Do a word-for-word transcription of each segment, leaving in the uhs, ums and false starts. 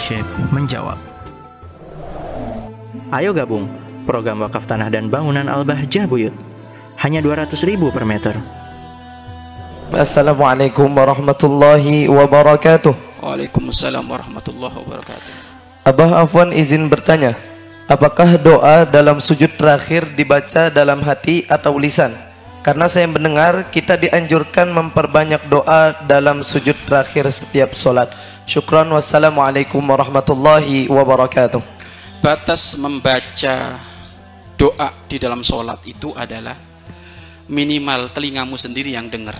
Syekh menjawab. Ayo gabung program wakaf tanah dan bangunan Al-Bahjah Buyut. Hanya dua ratus ribu per meter. Assalamualaikum warahmatullahi wabarakatuh. Waalaikumsalam warahmatullahi wabarakatuh. Abah Afwan izin bertanya, apakah doa dalam sujud terakhir dibaca dalam hati atau lisan? Karena saya mendengar kita dianjurkan memperbanyak doa dalam sujud terakhir setiap solat. Syukran, wassalamualaikum warahmatullahi wabarakatuh. Batas membaca doa di dalam solat itu adalah minimal telingamu sendiri yang dengar.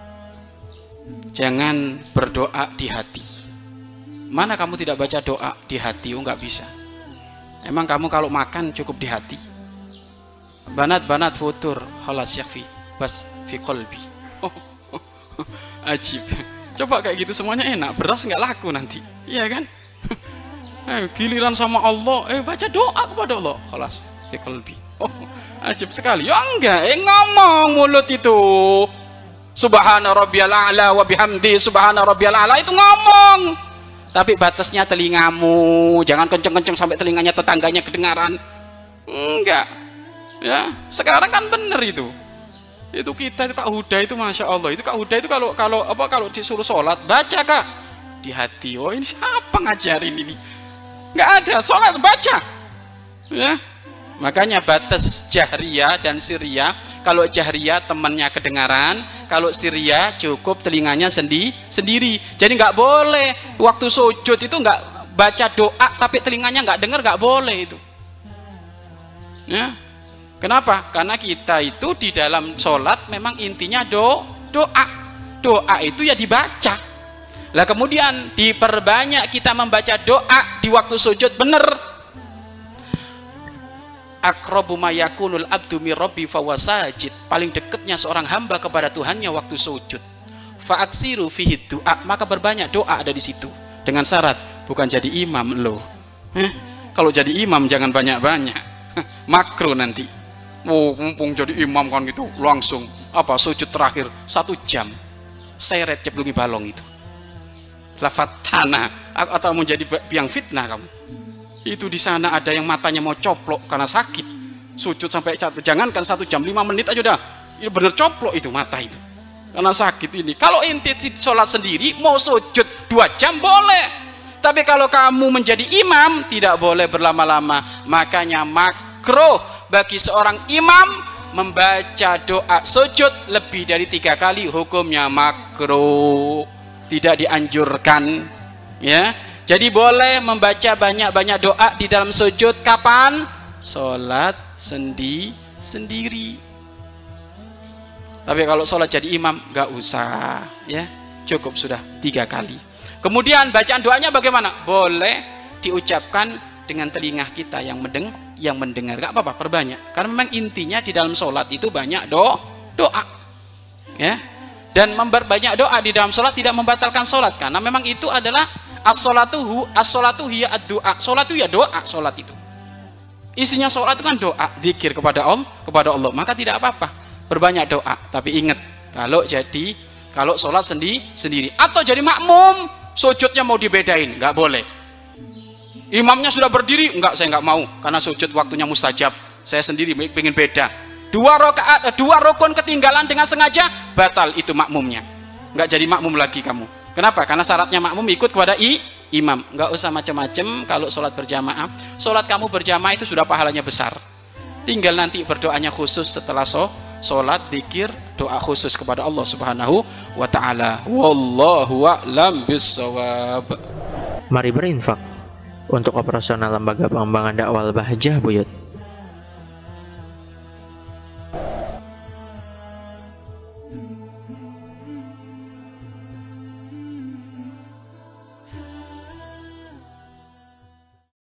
Jangan berdoa di hati. Mana kamu tidak baca doa di hati? Oh, nggak bisa. Emang kamu kalau makan cukup di hati? Banat-banat futur halas yakfi bas fi qalbi. Oh, oh, oh, ajib. Coba kayak gitu semuanya enak, beras nggak laku nanti. Iya kan? Eh, giliran sama Allah, eh baca doa kepada Allah. Halas fi qalbi. Oh, ajib sekali. Ya enggak, eh ngomong mulut itu. Subhana rabbiyal a'la wa bihamdi subhana rabbiyal a'la itu ngomong. Tapi batasnya telingamu, jangan kenceng-kenceng sampai telinganya tetangganya kedengaran. Enggak. Ya, sekarang kan bener itu. Itu kita itu Kak Huda itu Masya Allah. Itu Kak Huda itu kalau kalau apa kalau disuruh sholat baca Kak di hati. Oh ini siapa ngajarin ini? Nggak ada, sholat baca. Ya. Makanya batas jahriyah dan sirriyah. Kalau jahriyah temannya kedengaran, kalau sirriyah cukup telinganya sendi sendiri. Jadi nggak boleh waktu sujud itu nggak baca doa tapi telinganya nggak dengar, nggak boleh itu. Ya. Kenapa? Karena kita itu di dalam sholat memang intinya do, doa. Doa itu ya dibaca. Lah kemudian diperbanyak kita membaca doa di waktu sujud, bener. Aqrabu ma yakunul abdu mir rabbi fawasajid. Paling dekatnya seorang hamba kepada Tuhannya waktu sujud. Fa'aksiru fihi doa, maka berbanyak doa ada di situ. Dengan syarat bukan jadi imam lo. Eh, kalau jadi imam jangan banyak-banyak. Makro nanti. Oh, mumpung jadi imam kan gitu, langsung apa sujud terakhir satu jam, seret ceplungi balong itu, lafat tanah atau menjadi biang fitnah kamu. Itu di sana ada yang matanya mau coplok karena sakit, sujud sampai satu, jangankan satu jam, lima menit aja udah, itu bener coplok itu mata itu, karena sakit ini. Kalau inti sholat sendiri mau sujud dua jam boleh, tapi kalau kamu menjadi imam tidak boleh berlama-lama. Makanya makruh bagi seorang imam membaca doa sujud lebih dari tiga kali, hukumnya makruh, tidak dianjurkan. Ya, jadi boleh membaca banyak-banyak doa di dalam sujud kapan? Sholat sendi sendiri. Tapi kalau sholat jadi imam nggak usah, ya cukup sudah tiga kali. Kemudian bacaan doanya bagaimana? Boleh diucapkan dengan telinga kita yang mendeng yang mendengar, gak apa-apa, perbanyak. Karena memang intinya di dalam sholat itu banyak do, doa, ya. Dan memperbanyak doa di dalam sholat tidak membatalkan sholat, karena memang itu adalah as-sholatu as-sholatu hiya ad-doa. Sholat itu ya doa, sholat itu. Isinya sholat itu kan doa, zikir kepada Allah, kepada Allah. Maka tidak apa-apa, perbanyak doa. Tapi ingat, kalau jadi kalau sholat sendi, sendiri atau jadi makmum, sujudnya mau dibedain, nggak boleh. Imamnya sudah berdiri, enggak, saya enggak mau karena sujud waktunya mustajab, saya sendiri pengen beda. Dua rakaat, dua rukun ketinggalan dengan sengaja, batal itu makmumnya, enggak jadi makmum lagi kamu. Kenapa? Karena syaratnya makmum ikut kepada i, imam. Enggak usah macam-macam. Kalau sholat berjamaah, sholat kamu berjamaah itu sudah pahalanya besar. Tinggal nanti berdoanya khusus setelah so, sholat, zikir, doa khusus kepada Allah Subhanahu wa Ta'ala. Wallahu a'lam bissawab. Mari berinfak untuk operasional lembaga pengembangan dakwah Al-Bahjah Buyut.